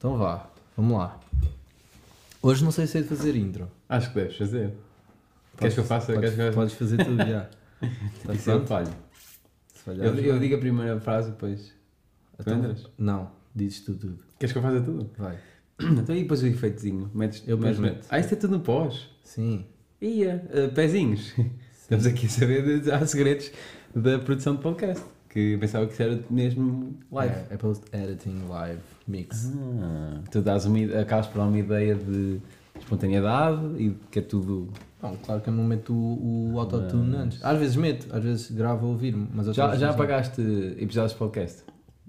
Então vá, vamos lá. Hoje não sei se é de fazer intro. Acho que deves fazer. Queres que eu faça? Podes fazer tudo, já. Tá Isso eu pronto? falho. Se falhares, Eu vai. digo a primeira frase e depois. Tu Então, entras? não, dizes tu tudo. Queres que eu faça tudo? Vai. Então e depois o efeitozinho? Eu depois meto. Ah, isto é tudo no pós. Sim. Ia, pezinhos. Estamos aqui a saber há segredos da produção de podcast. Que pensava que isso era mesmo live. É post-editing, live, mix. Tu acabas por dar uma ideia de espontaneidade e que é tudo. Não, claro que eu não meto o autotune antes. Às vezes meto, às vezes gravo a ouvir-me. Mas outras Já vezes não. apagaste episódios de podcast?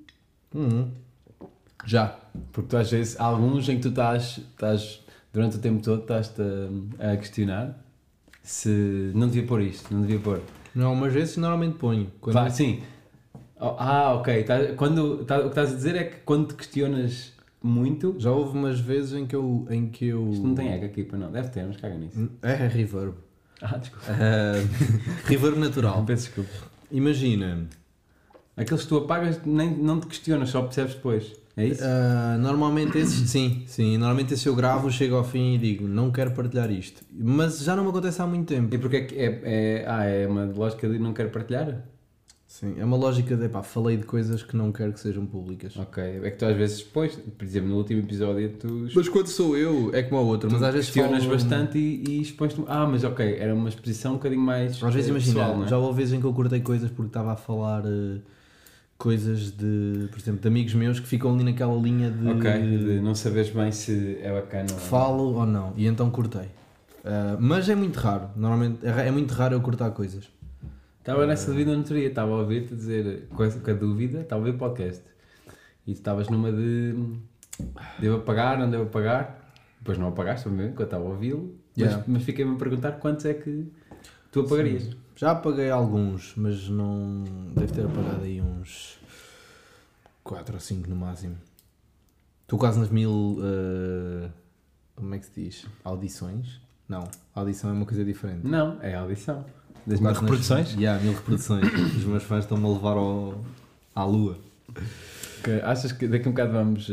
Já. Porque tu às vezes, há alguns em que tu estás durante o tempo todo, estás-te a questionar se não devia pôr isto, não devia pôr. Não, mas esses normalmente ponho. Quando Claro, sim. Ok. O que estás a dizer é que quando te questionas muito. Já houve umas vezes em que eu... Isto não tem eco aqui, para não. Deve ter, mas caga nisso. É reverb. Desculpa. Reverb natural. Peço desculpa. Imagina, Aqueles que tu apagas nem, não te questionas, só percebes depois. É isso? normalmente esses, sim, normalmente esses eu gravo, chego ao fim e digo, não quero partilhar isto. Mas já não me acontece há muito tempo. E porque é que é uma lógica de não quero partilhar? Sim, é uma lógica de, falei de coisas que não quero que sejam públicas. Ok. É que tu às vezes depois, por exemplo, no último episódio tu... Mas quando sou eu, é como a outra, mas às vezes questionas falo... bastante e expões-te... mas ok, era uma exposição um bocadinho mais Às vezes imagina, pessoal, não é? já houve vezes em que eu cortei coisas porque estava a falar coisas de, por exemplo, de amigos meus que ficam ali naquela linha de... Ok, de não saberes bem se é bacana ou não. Falo ou não, e então cortei. Mas é muito raro, normalmente é muito raro eu cortar coisas. Estava nessa dúvida no outro dia, estava a ouvir-te dizer com a dúvida, estava a ouvir o podcast e tu estavas numa de devo apagar, não devo apagar, depois não apagaste, obviamente, quando estava a ouvi-lo, mas fiquei-me a perguntar quantos é que tu apagarias. Sim. Já apaguei alguns, mas não... Deve ter apagado aí uns 4 ou 5 no máximo. Estou quase nas 1000... como é que se diz? Audições? Não, audição é uma coisa diferente. Não, é a audição. Das Estou 1000 quase reproduções? 1000 reproduções. Os meus fãs estão-me a levar à lua. Okay. Achas que daqui a um bocado vamos...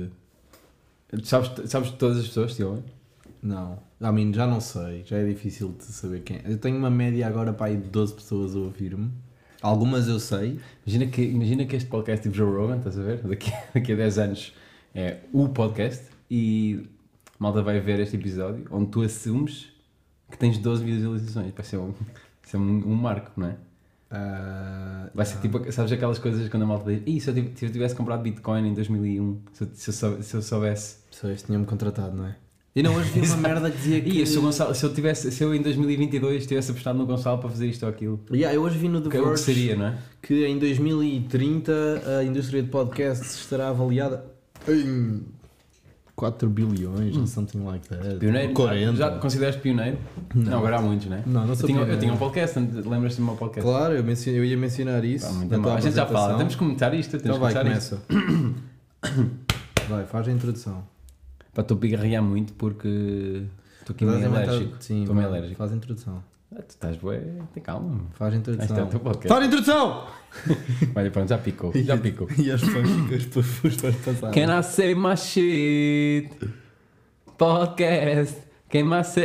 Sabes todas as pessoas que ouvem? Não, já não sei, já é difícil de saber quem é. Eu tenho uma média agora para aí de 12 pessoas a ouvir-me. Algumas eu sei. Imagina que este podcast tipo Joe Rogan, estás a ver? Daqui a 10 anos é o podcast e a malta vai ver este episódio onde tu assumes que tens 12 visualizações. Vai ser um marco, não é? Vai ser tipo, sabes aquelas coisas quando a malta diz se eu tivesse comprado Bitcoin em 2001, se eu soubesse. Pessoas tinham-me contratado, não é? E não, hoje vi uma merda que dizia que... se eu em 2022 tivesse apostado no Gonçalo para fazer isto ou aquilo, eu hoje vi no The que é o que Verge seria, não é? que em 2030 a indústria de podcasts estará avaliada em 4 bilhões, ou something like that. Pioneiro? 40. Já te consideraste pioneiro? Não, agora há muitos, não é? Não sou eu pioneiro. tinha um podcast, lembras-te do meu podcast? Claro, eu ia mencionar isso. Muito na bom. tua A gente já fala, apresentação. temos que comentar isto. Então vai, começar começa. Vai, faz a introdução. Para tu pigarrear muito porque estou aqui meio alérgico. Sim, Estou meio alérgico. faz a introdução. Tu estás bué, tem calma. Faz a Isto introdução. é o teu podcast. Faz a introdução! Olha, pronto, já picou. Já picou. E as fãs passaram. Can I say my shit? Podcast. Can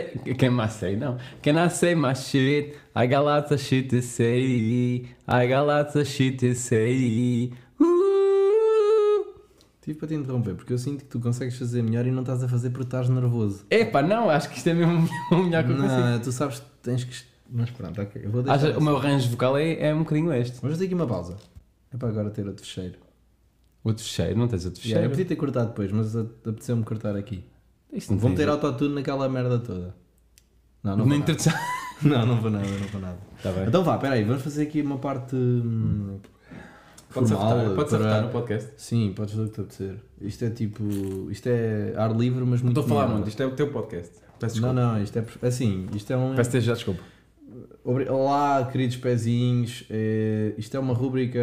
I say my shit? I got lots of shit to say. I got lots of shit to say. Tive para te interromper, porque eu sinto que tu consegues fazer melhor e não estás a fazer porque estás nervoso. Epá, não, acho que isto é mesmo o melhor que eu consigo. Não, tu sabes que tens que... Mas pronto, ok. Eu vou deixar O meu range vocal é um bocadinho este. Vamos fazer aqui uma pausa. É para agora ter outro fecheiro. Outro fecheiro, não tens outro fecheiro? Eu podia ter cortado depois, mas apeteceu-me cortar aqui. Isto não Vão tem ter jeito. autotune naquela merda toda. Não vou Na nada. introdução. Não vou nada. Tá bem. Então vá, peraí, vamos fazer aqui uma parte Podes formal. acertar no podcast. Sim, podes fazer o que te apetecer. Isto é tipo... Isto é ar livre, mas Não muito... estou a falar merda. muito, isto é o teu podcast. Peço desculpa. Não, isto é assim, isto é um... Peço já desculpa. Olá, queridos pezinhos, isto é uma rúbrica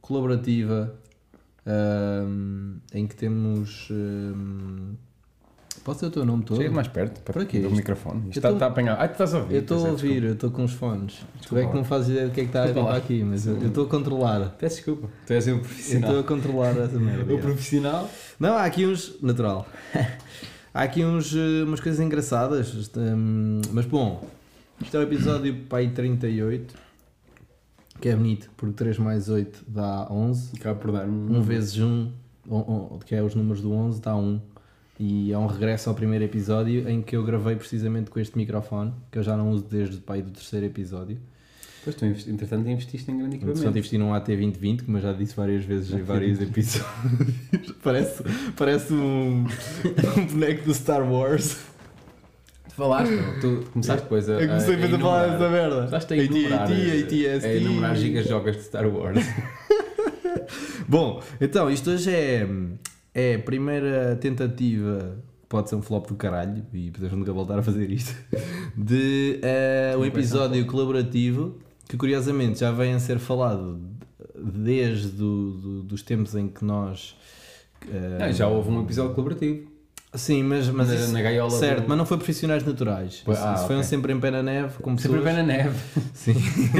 colaborativa em que temos Posso ter o teu nome todo? Chega mais perto Para quê? do microfone. Isto Eu tô- está a apanhar. Tu estás a ouvir. Eu estou a Pois é, ouvir, eu estou com os fones. Tu é que lá. não fazes ideia do que é que está a Desculpa arribar lá. aqui, mas eu estou a controlar. Peço desculpa. Tu és o Eu profissional. estou a controlar essa merda. O profissional. Não, há aqui uns. Natural. Há aqui umas coisas engraçadas. Mas bom, isto é o episódio pai 38, que é bonito, porque 3 mais 8 dá 11. Acaba por dar 1 vezes 1, que é os números do 11, dá 1. E é um regresso ao primeiro episódio em que eu gravei precisamente com este microfone, que eu já não uso desde o pai do terceiro episódio. Pois tu, entretanto, investiste em grande Portanto, equipamento. investi num AT2020, como eu já disse várias vezes em vários episódios. parece um boneco do Star Wars. Tu falaste, tu começaste depois a. Eu comecei a falar dessa merda. Começaste a enumerar. AT&T. A enumerar gigajogas de Star Wars. Bom, então, isto hoje é a primeira tentativa, pode ser um flop do caralho, e podemos nunca voltar a fazer isto, de um episódio colaborativo que curiosamente já vem a ser falado desde dos tempos em que nós... Já houve um episódio colaborativo. Sim, mas isso, na gaiola certo, do- mas não foi profissionais naturais. Pois, Isso foi um ok. sempre em pé na neve, com Sempre pessoas... bem na neve. Sim.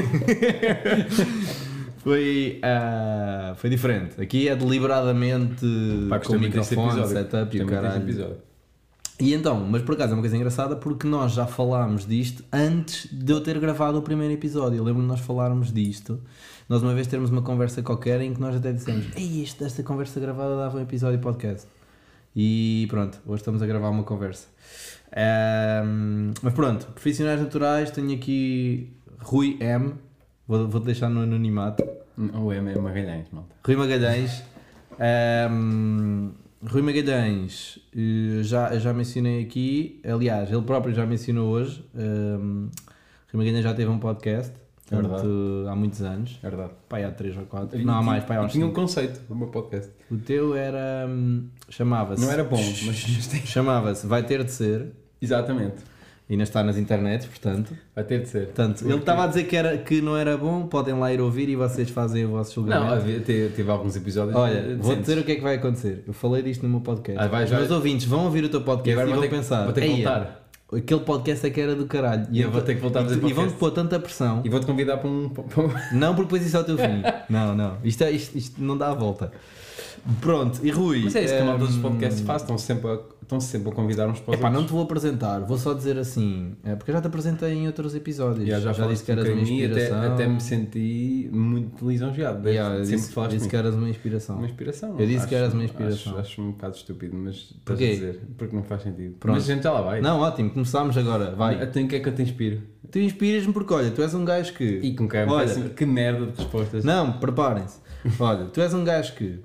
Foi diferente. Aqui é deliberadamente Pá, com gostei muito deste microfone, episódio. setup e Gostei o muito deste caralho. episódio. E então, mas por acaso é uma coisa engraçada porque nós já falámos disto antes de eu ter gravado o primeiro episódio. Eu lembro de nós falarmos disto. Nós uma vez termos uma conversa qualquer em que nós até dissemos: ei, esta conversa gravada dava um episódio podcast. E pronto, hoje estamos a gravar uma conversa. Mas pronto, profissionais naturais, tenho aqui Rui M. Vou-te deixar no anonimato. O M é Magalhães, malta. Rui Magalhães. Rui Magalhães, já mencionei aqui, aliás, ele próprio já mencionou hoje. Rui Magalhães já teve um podcast, É portanto, há muitos anos. É verdade. Pai, há 3 ou 4. Não, há mais, pai, há uns tinha um 5. conceito do meu podcast. O teu era. Chamava-se. Não era bom, mas tem. Chamava-se Vai Ter de Ser. Exatamente. E ainda está nas internets, portanto. Vai ter de ser. Portanto, ele estava a dizer que não era bom, podem lá ir ouvir e vocês fazem o vosso julgamento. Não, teve alguns episódios. Olha, decentes. vou dizer o que é que vai acontecer. Eu falei disto no meu podcast. Vai, Os meus ouvintes vão ouvir o teu E podcast agora e vão vou ter, pensar: vou ter que "Eia, voltar. aquele podcast é que era do caralho." E eu vou ter que voltar a fazer E vão-te podcast. pôr tanta pressão. E vou-te convidar para um. Não, porque depois isso é o teu fim. Não. Isto não dá a volta. Pronto, e Rui. Mas é isso que a malta dos podcasts faz, estão sempre a convidar uns para os Epá, não te outros. vou apresentar, vou só dizer assim, porque eu já te apresentei em outros episódios. Já disse que eras uma inspiração. até me senti muito lisonjeado. Yeah, eu sempre disse, que falaste disse que comigo. eras uma inspiração. Uma inspiração. Eu disse que eras uma inspiração. Acho um bocado estúpido, mas estás Porquê? a dizer. Porque não faz sentido. Pronto. Mas a gente já lá vai. Não, ótimo, começámos agora, vai. Então o que é que eu te inspiro? Tu inspiras-me porque, olha, tu és um gajo que... E com que Olha. que merda de respostas. Não, preparem-se. Olha, tu és um gajo que...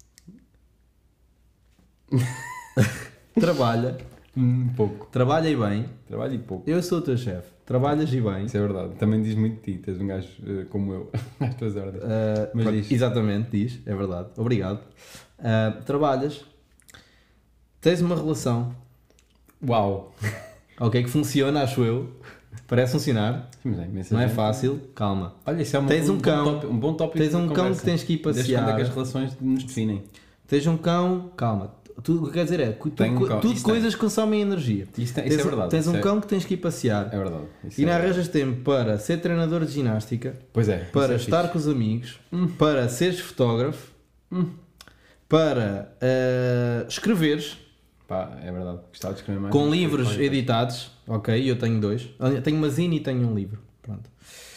trabalha Pouco. e bem. Trabalho e pouco. Eu sou o teu chefe. Trabalhas e bem. Isso é verdade. Também diz muito de ti. Tens um gajo como eu. Às tuas ordens. Mas Pronto, diz. exatamente, diz, é verdade. Obrigado. Trabalhas, tens uma relação, Uau. ok, que funciona, acho eu. Parece funcionar, Mas é imensa não é gente. fácil, calma. Olha, isso é Tens um cão. um bom tópico Tens de um cão conversa. que tens que ir Desde quando é passear. que as relações nos definem? Tens um cão, calma. Tudo o que quer dizer é, Tenho um cão. tudo Isso coisas que consomem energia. Isso é Tens, verdade. tens um Isso cão que tens que ir passear. É verdade. Isso E é não verdade. arranjas tempo para ser treinador de ginástica, Pois é. para isso é estar fixe. com os amigos, para seres fotógrafo, para escreveres, Pá, é verdade. Gostava de escrever mais. com mas livros foi- editados, ok, eu tenho 2. Tenho uma zine e tenho um livro, pronto.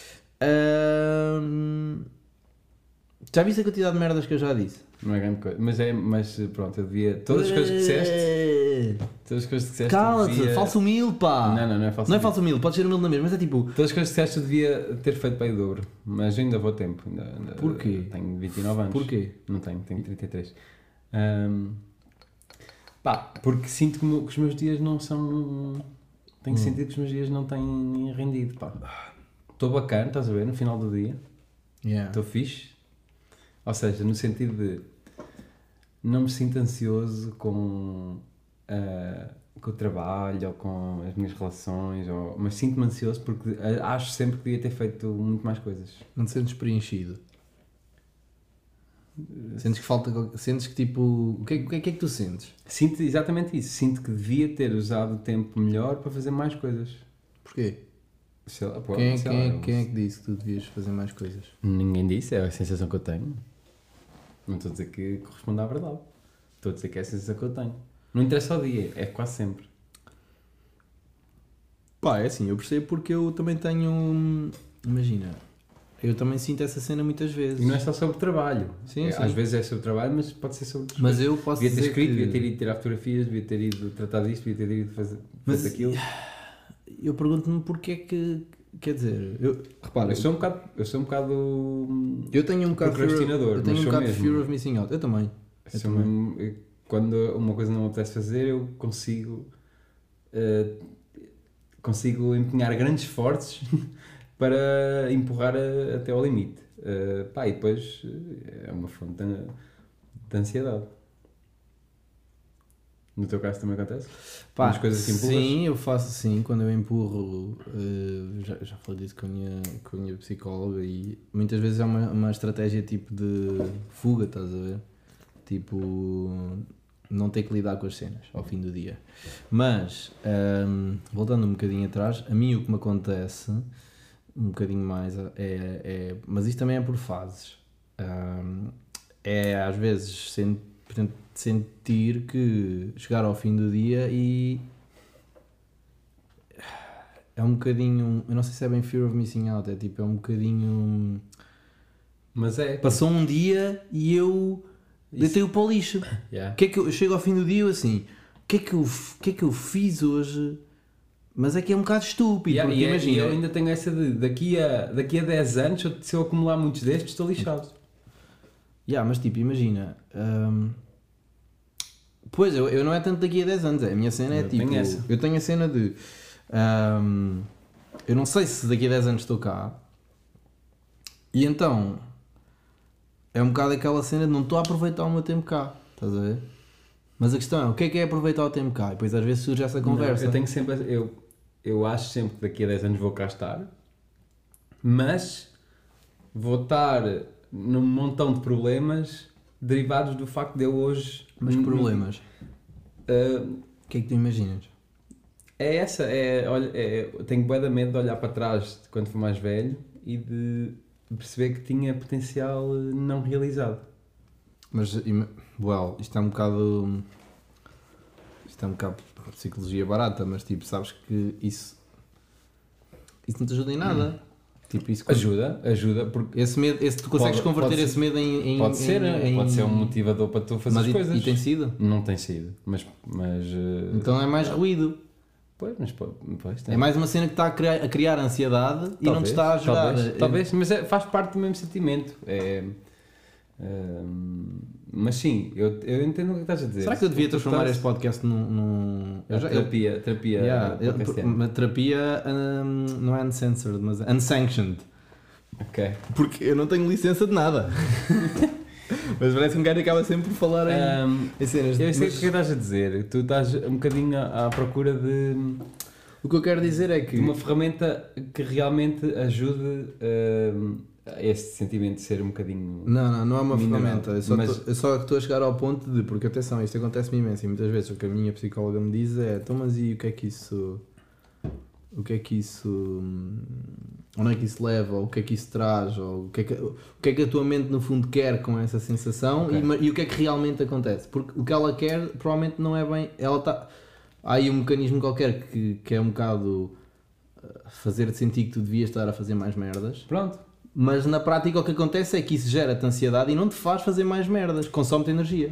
Já viste a quantidade de merdas que eu já disse? Não é grande coisa. Mas pronto, eu devia. Todas as coisas que disseste. Todas as coisas que disseste. Cala-te, devia... falso humilde, pá! Não é falso. Não é falso humilde, pode ser humilde na mesma, mas é tipo... Todas as coisas que disseste eu devia ter feito para o dobro. Mas ainda vou a tempo. Ainda, Porquê? Tenho 29 anos. Porquê? Não tenho 33. Pá, porque sinto que os meus dias não são. Tenho sentido que os meus dias não têm rendido. Pá. Estou bacana, estás a ver? No final do dia. Yeah. Estou fixe. Ou seja, no sentido de não me sinto ansioso com o trabalho ou com as minhas relações, mas sinto-me ansioso porque acho sempre que devia ter feito muito mais coisas. Não te sentes preenchido. Sentes que falta. Sentes que tipo. O que é que tu sentes? Sinto exatamente isso. Sinto que devia ter usado o tempo melhor para fazer mais coisas. Porquê? Sei lá, pô, Quem sei lá, é que disse que tu devias fazer mais coisas? Ninguém disse, é a sensação que eu tenho. Não estou a dizer que corresponde à verdade. Estou a dizer que é a sensação que eu tenho. Não interessa o dia, é quase sempre. Pá, é assim, eu percebo porque eu também tenho. Imagina, eu também sinto essa cena muitas vezes. E não é só sobre trabalho. Sim, sim. Às vezes é sobre trabalho, mas pode ser sobre. Mas eu posso devia ter dizer escrito, que... devia ter ido tirar fotografias, devia ter ido tratar disto, devia ter ido fazer aquilo. Eu pergunto-me porque é que. Quer dizer, repara, Eu sou um bocado. eu tenho um bocado procrastinador, eu tenho mas um sou bocado de mesmo. fear of missing out. Eu também. Quando uma coisa não me apetece fazer, eu consigo empenhar grandes esforços para empurrar até ao limite. Pá, e depois é uma fonte de ansiedade. No teu caso também acontece? Pá, Umas coisas que empurras? sim, eu faço assim, quando eu empurro, já falei disso com a minha psicóloga e muitas vezes é uma estratégia tipo de fuga, estás a ver? Tipo, não ter que lidar com as cenas ao fim do dia. Mas, voltando um bocadinho atrás, a mim o que me acontece, um bocadinho mais, mas isto também é por fases, é às vezes sentir que chegar ao fim do dia e é um bocadinho, eu não sei se é bem fear of missing out, é tipo, é um bocadinho, Mas é. passou um dia e eu deitei-o para o lixo. Yeah. Que é que eu chego ao fim do dia assim, o que é que eu fiz hoje? Mas é que é um bocado estúpido, porque E imagina, eu ainda tenho essa de daqui a 10 anos, se eu acumular muitos destes, estou lixado. mas tipo, imagina, pois eu não é tanto daqui a 10 anos, a minha cena é Eu tipo, tenho essa. eu tenho a cena de, eu não sei se daqui a 10 anos estou cá, e então é um bocado aquela cena de não estou a aproveitar o meu tempo cá, estás a ver? Mas a questão é, o que é aproveitar o tempo cá? E depois às vezes surge essa conversa. Não, eu tenho sempre. Eu acho sempre que daqui a 10 anos vou cá estar, mas vou estar num montão de problemas derivados do facto de eu hoje. Mas que problemas? O que é que tu imaginas? É essa, tenho bué de medo de olhar para trás de quando for mais velho e de perceber que tinha potencial não realizado. Mas, isto é um bocado... Isto é um bocado psicologia barata, mas tipo, sabes que isso não te ajuda em nada. Tipo, isso Ajuda, porque esse medo, tu consegues converter pode esse medo em... pode ser um motivador para tu fazer as coisas. E tem sido? Não tem sido, mas Então é mais ruído. Pois tem. É mais uma cena que está a criar ansiedade e não te está a ajudar. Talvez, mas faz parte do mesmo sentimento. Mas sim, eu entendo o que estás a dizer. Será que eu devia transformar este podcast num... Terapia. Uma terapia não é uncensored, mas unsanctioned. Ok. Porque eu não tenho licença de nada. Mas parece que um gajo acaba sempre por falar em cenas. Eu sei o que estás a dizer. Tu estás um bocadinho à procura de... O que eu quero dizer é que... de uma ferramenta que realmente ajude a esse sentimento de ser um bocadinho... Não é uma mineral. ferramenta. Eu só estou a chegar ao ponto de... Porque atenção, isto acontece-me imenso e muitas vezes o que a minha psicóloga me diz é: então, mas e o que é que isso... onde é que isso leva, ou o que é que isso traz, ou o que é que a tua mente no fundo quer com essa sensação, Ok. e o que é que realmente acontece, porque o que ela quer provavelmente não é bem, há aí um mecanismo qualquer que é um bocado fazer-te sentir que tu devias estar a fazer mais merdas, Pronto. mas na prática o que acontece é que isso gera-te ansiedade e não te faz fazer mais merdas, consome-te energia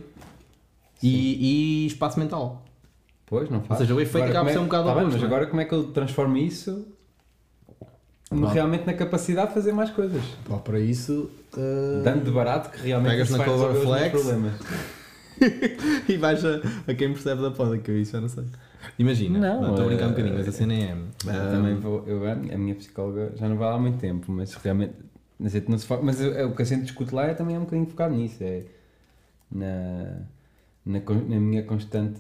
e espaço mental. Pois, não faz. Ou seja, o efeito acaba por ser um bocado Tá bem, oposto, mas não é? agora como é que eu transformo isso realmente na capacidade de fazer mais coisas? Pá, para isso... Dando de barato que realmente pegas isso na vai resolver os meus Coverflex. problemas. E vais a quem percebe da poda, que eu isso já não sei. Imagina, Não, estou a brincar um bocadinho, mas a cena é... A minha psicóloga já não vai lá há muito tempo, mas realmente a gente não se fala, mas o que a gente discute lá também é um bocadinho focado nisso, é na minha constante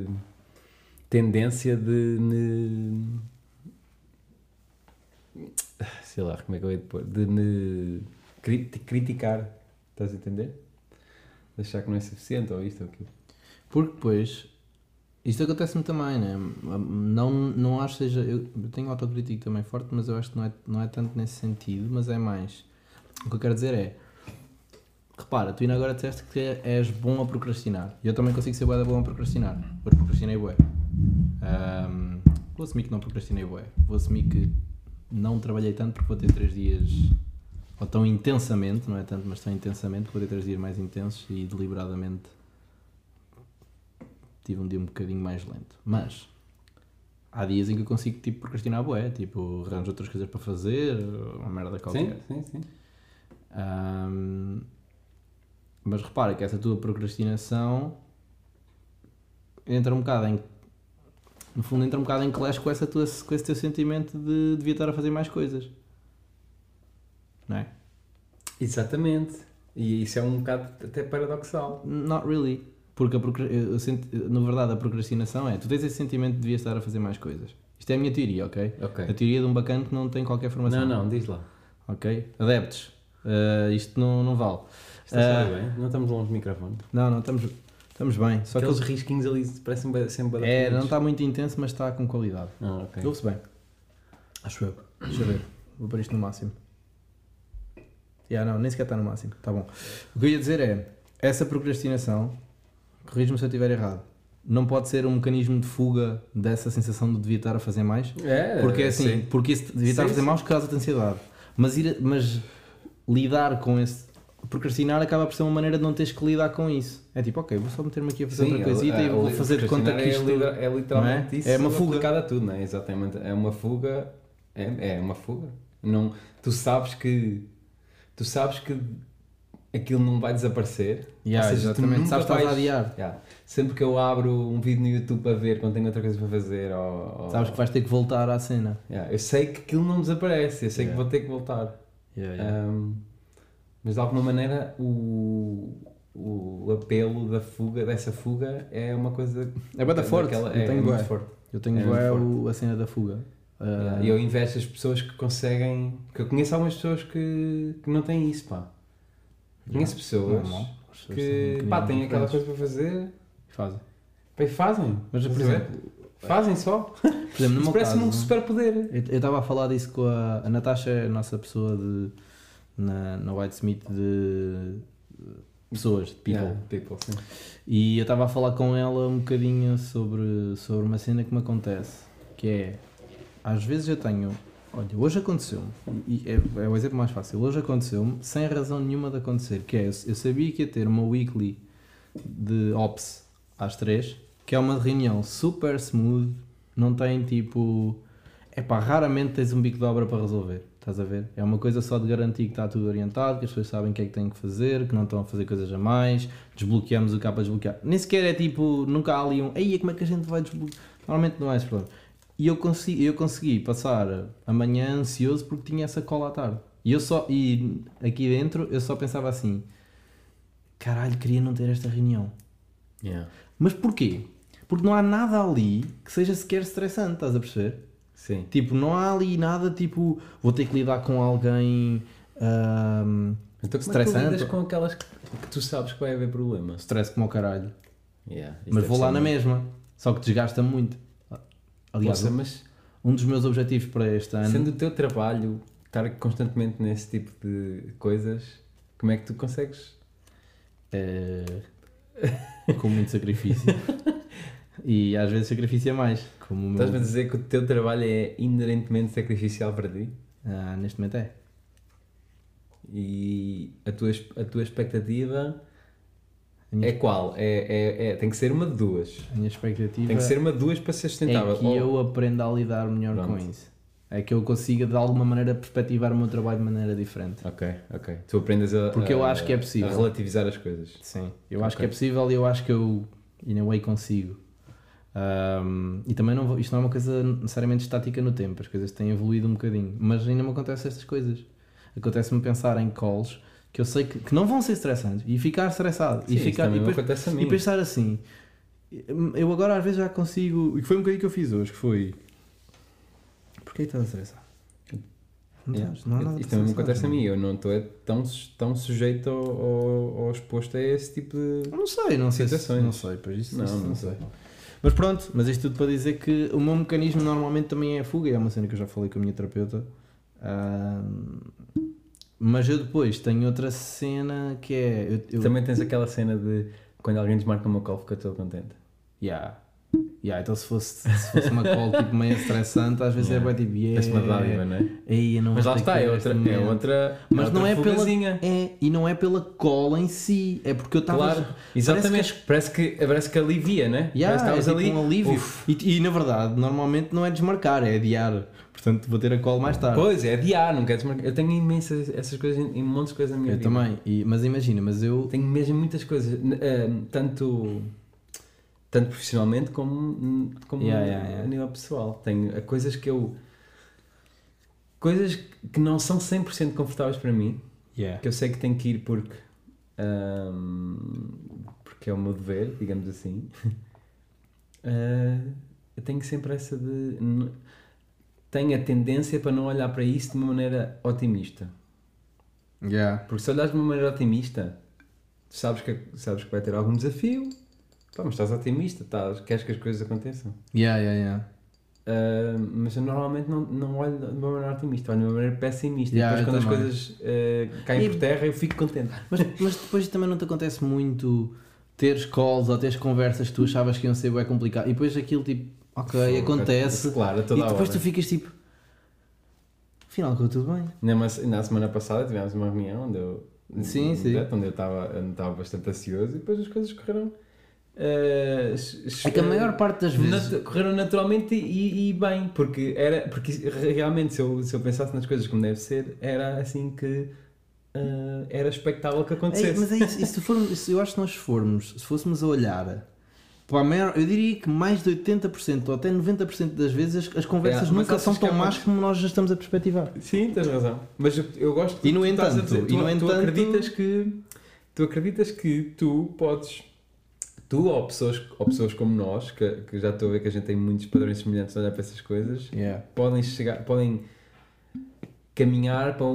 tendência de me sei lá, como é que eu ia pôr? De me criticar, estás a entender? De achar que não é suficiente, ou isto ou aquilo. Porque depois, isto acontece-me também, né? Não acho que seja. Eu tenho autocrítico também forte, mas eu acho que não é tanto nesse sentido, mas é mais. O que eu quero dizer é. Repara, tu ainda agora disseste que és bom a procrastinar. E eu também consigo ser bué da bom a procrastinar. Hoje procrastinei bué. Vou assumir que não procrastinei bué. Vou assumir que não trabalhei tanto porque vou ter 3 dias. Ou tão intensamente, não é tanto, mas tão intensamente, vou ter 3 dias mais intensos e deliberadamente tive um dia um bocadinho mais lento. Mas há dias em que eu consigo tipo procrastinar bué, tipo arranjo outras coisas para fazer, uma merda qualquer. Sim. Mas repara que essa tua procrastinação entra um bocado em. No fundo, entra um bocado em clash com esse teu sentimento de devia estar a fazer mais coisas. Não é? Exatamente. E isso é um bocado até paradoxal. Not really. Porque na verdade a procrastinação é. Tu tens esse sentimento de devia estar a fazer mais coisas. Isto é a minha teoria, ok? A teoria de um bacana que não tem qualquer formação. Não, diz lá. Ok? Adeptos. Isto não vale. Está bem? Não estamos longe do microfone. Não, estamos bem. Só aqueles que risquinhos ali parecem sempre não está muito intenso, mas está com qualidade. Ok. Ouve-se bem. Acho eu. Deixa eu ver. Vou pôr isto no máximo. Nem sequer está no máximo. Tá bom. O que eu ia dizer é, essa procrastinação, corrijo-me se eu estiver errado, não pode ser um mecanismo de fuga dessa sensação de devia estar a fazer mais? Porque é assim, sim. porque isso devia estar a fazer mais causa de ansiedade. Mas lidar com esse... Procrastinar acaba por ser uma maneira de não teres que lidar com isso. É tipo, ok, vou só meter-me aqui a fazer outra coisita e vou fazer de conta que isto... É literalmente isso. É uma fuga. Aplicado a tudo, não é? Exatamente. É uma fuga. É uma fuga. Não, tu sabes que aquilo não vai desaparecer. Ou seja, exatamente. Sabes que estás a adiar. Sempre que eu abro um vídeo no YouTube para ver quando tenho outra coisa para fazer sabes que vais ter que voltar à cena. Eu sei que aquilo não desaparece. Eu sei que vou ter que voltar. Mas de alguma maneira o apelo dessa fuga é uma coisa... É bem forte. Muito forte. Eu tenho a cena da fuga. E eu invejo as pessoas que conseguem... Que eu conheço algumas pessoas que não têm isso, pá. Conheço pessoas que têm aquela coisa para fazer... E fazem. Mas, por exemplo... Fazem só. Por exemplo, no meu parece-me um superpoder. Eu estava a falar disso com a Natasha, a nossa pessoa na Whitesmith de pessoas, de people. Sim. E eu estava a falar com ela um bocadinho sobre uma cena que me acontece, que é, às vezes eu tenho, olha, hoje aconteceu-me, e é o exemplo mais fácil, hoje aconteceu-me sem razão nenhuma de acontecer, que é, eu sabia que ia ter uma weekly de Ops às 3, que é uma reunião super smooth, não tem tipo, raramente tens um bico de obra para resolver. Estás a ver? É uma coisa só de garantir que está tudo orientado, que as pessoas sabem o que é que têm que fazer, que não estão a fazer coisas a mais, desbloqueamos o que há para desbloquear. Nem sequer é tipo, nunca há ali como é que a gente vai desbloquear? Normalmente não é esse problema. E eu consegui passar a manhã ansioso porque tinha essa cola à tarde. E aqui dentro eu só pensava assim, caralho, queria não ter esta reunião. Mas porquê? Porque não há nada ali que seja sequer estressante, estás a perceber? Sim. Tipo, não há ali nada, tipo, vou ter que lidar com alguém então, estressante. Como é que tu lidas com aquelas que tu sabes que vai haver problema? Stress como o caralho. Mas vou lá na mesma. Só que desgasta muito. Aliás, um dos meus objetivos para este ano... Sendo o teu trabalho, estar constantemente nesse tipo de coisas, como é que tu consegues? Com muito sacrifício. E às vezes sacrifício é mais. Estás-me a dizer que o teu trabalho é inerentemente sacrificial para ti? Neste momento é. E a tua expectativa é qual? Tem que ser uma de duas. A minha expectativa tem que ser uma de duas para ser sustentável. É que eu aprenda a lidar melhor com isso. É que eu consiga de alguma maneira perspectivar o meu trabalho de maneira diferente. Ok. Tu aprendes porque eu acho que é possível. A relativizar as coisas. Sim, eu acho que é possível e eu acho que eu, in a way, consigo. E também isto não é uma coisa necessariamente estática no tempo, as coisas têm evoluído um bocadinho, mas ainda me acontecem estas coisas. Acontece-me pensar em calls que eu sei que não vão ser estressantes e ficar estressado. Sim, e pensar assim, eu agora às vezes já consigo, e foi um bocadinho que eu fiz hoje, que foi, porquê estás a estressar? Não Yeah. sabes, não há nada Isto para também me ser acontece a sabes. mim, eu não estou tão sujeito ou exposto a esse tipo de... Não sei, Situações. não sei, pois isso Não sei. Mas pronto, mas isto tudo para dizer que o meu mecanismo normalmente também é a fuga, e é uma cena que eu já falei com a minha terapeuta. Mas eu depois tenho outra cena que é. Também tens aquela cena de quando alguém desmarca o meu call fica todo contente. Então se fosse uma call tipo meio estressante, às vezes é bem tipo, Parece uma dádiva, não é? eu não Mas vou lá ter está, que é ver este outra, momento. Mas outra não é pela. fugazinha. E não é pela call em si, é porque eu estava. Claro, exatamente. Parece que alivia, né? Parece que É estavas tipo ali. um alívio. Uf. E na verdade, normalmente não é desmarcar, é adiar. Portanto, vou ter a call mais tarde. Pois, é adiar, não quero desmarcar. Eu tenho imensas essas coisas, em montes de coisas na minha Eu vida. também. Mas imagina, eu. Tenho mesmo muitas coisas, tanto profissionalmente como Yeah. a nível pessoal. Tenho coisas coisas que não são 100% confortáveis para mim, que eu sei que tenho que ir porque é o meu dever, digamos assim. Eu tenho sempre essa de... Tenho a tendência para não olhar para isso de uma maneira otimista. Porque se olhares de uma maneira otimista, sabes que vai ter algum desafio, mas estás otimista, queres que as coisas aconteçam. Mas eu normalmente não olho de uma maneira otimista, olho de uma maneira pessimista. E depois quando as coisas caem por terra, eu fico contente. Mas depois também não te acontece muito teres calls ou teres conversas que tu achavas que iam ser bem complicado e depois aquilo tipo, acontece. Claro, toda e depois a hora. tu ficas tipo, afinal ficou tudo bem. Na semana passada tivemos uma reunião onde eu estava bastante ansioso e depois as coisas correram. É que a maior parte das vezes correram naturalmente e bem, porque realmente se eu pensasse nas coisas como deve ser, era assim que era expectável que acontecesse. Mas é isso, eu acho que se fôssemos a olhar para a maior, eu diria que mais de 80% ou até 90% das vezes as conversas nunca são tão más como nós já estamos a perspectivar. Sim, tens razão. Mas eu gosto E no entanto, tu acreditas que tu podes, tu ou pessoas como nós, que já estou a ver que a gente tem muitos padrões semelhantes a olhar para essas coisas, podem caminhar para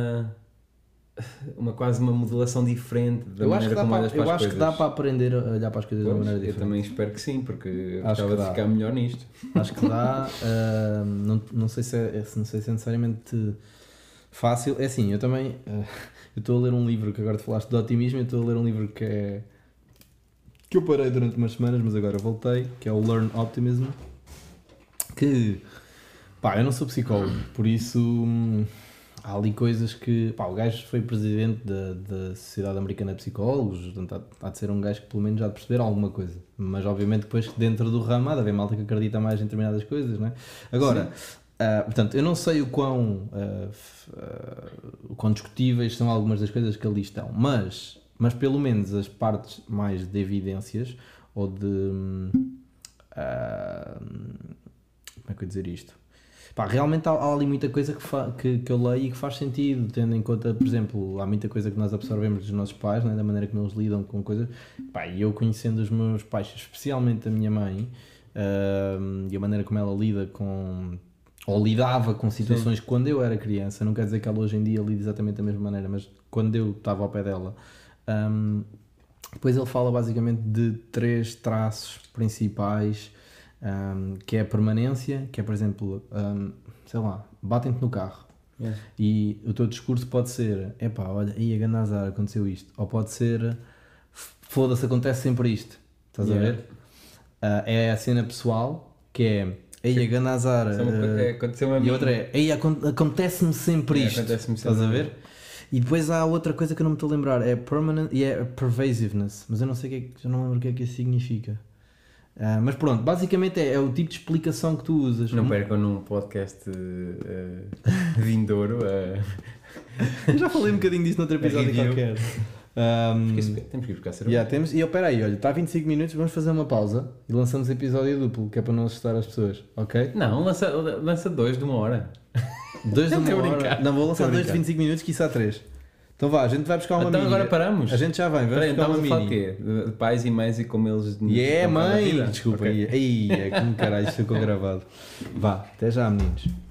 quase uma modelação diferente da maneira como olhas para as coisas. Eu acho que dá para aprender a olhar para as coisas de uma maneira diferente. Eu também espero que sim, porque eu gostava de ficar melhor nisto. Acho que dá. Não sei se é necessariamente fácil. É assim, eu também eu estou a ler um livro que agora te falaste de otimismo, eu estou a ler um livro que eu parei durante umas semanas, mas agora voltei, que é o Learn Optimism, que eu não sou psicólogo, por isso há ali coisas que... o gajo foi presidente da Sociedade Americana de Psicólogos, portanto há de ser um gajo que pelo menos já de perceber alguma coisa. Mas obviamente depois que dentro do ramo há de haver malta que acredita mais em determinadas coisas, não é? Agora, portanto, eu não sei o quão discutíveis são algumas das coisas que ali estão, mas pelo menos as partes mais de evidências ou de... como é que eu ia dizer isto? Realmente há ali muita coisa que eu leio e que faz sentido, tendo em conta, por exemplo, há muita coisa que nós absorvemos dos nossos pais, né, da maneira como eles lidam com coisas. E eu conhecendo os meus pais, especialmente a minha mãe, e a maneira como ela lida com... ou lidava com situações quando eu era criança, não quer dizer que ela hoje em dia lida exatamente da mesma maneira, mas quando eu estava ao pé dela... depois ele fala basicamente de 3 traços principais, que é a permanência, que é, por exemplo, batem-te no carro e o teu discurso pode ser olha, a grande azar, aconteceu isto, ou pode ser foda-se, acontece sempre isto, estás a ver? É a cena pessoal, que é a grande azar, e a outra é acontece-me sempre isto, estás a ver? E depois há outra coisa que eu não me estou a lembrar, é permanent e é pervasiveness, mas eu não sei já não lembro o que é que isso significa. Mas pronto, basicamente é o tipo de explicação que tu usas. Não percam num podcast vindouro. Eu já falei um bocadinho disso noutro episódio qualquer. Temos que ir buscar cerveja. E eu, peraí, olha, está a 25 minutos, vamos fazer uma pausa e lançamos episódio duplo, que é para não assustar as pessoas, ok? Não, lança 2 de 1 hora. 2 de 1 hora? Não, vou lançar 2 de 25 minutos, que isso há 3. Então vá, a gente vai buscar uma mini. Então agora paramos. A gente já vem, vamos buscar uma mini. Então o quê? De pais e mães e como eles... Mãe! Desculpa, como caralho, isto ficou gravado. Vá, até já, meninos.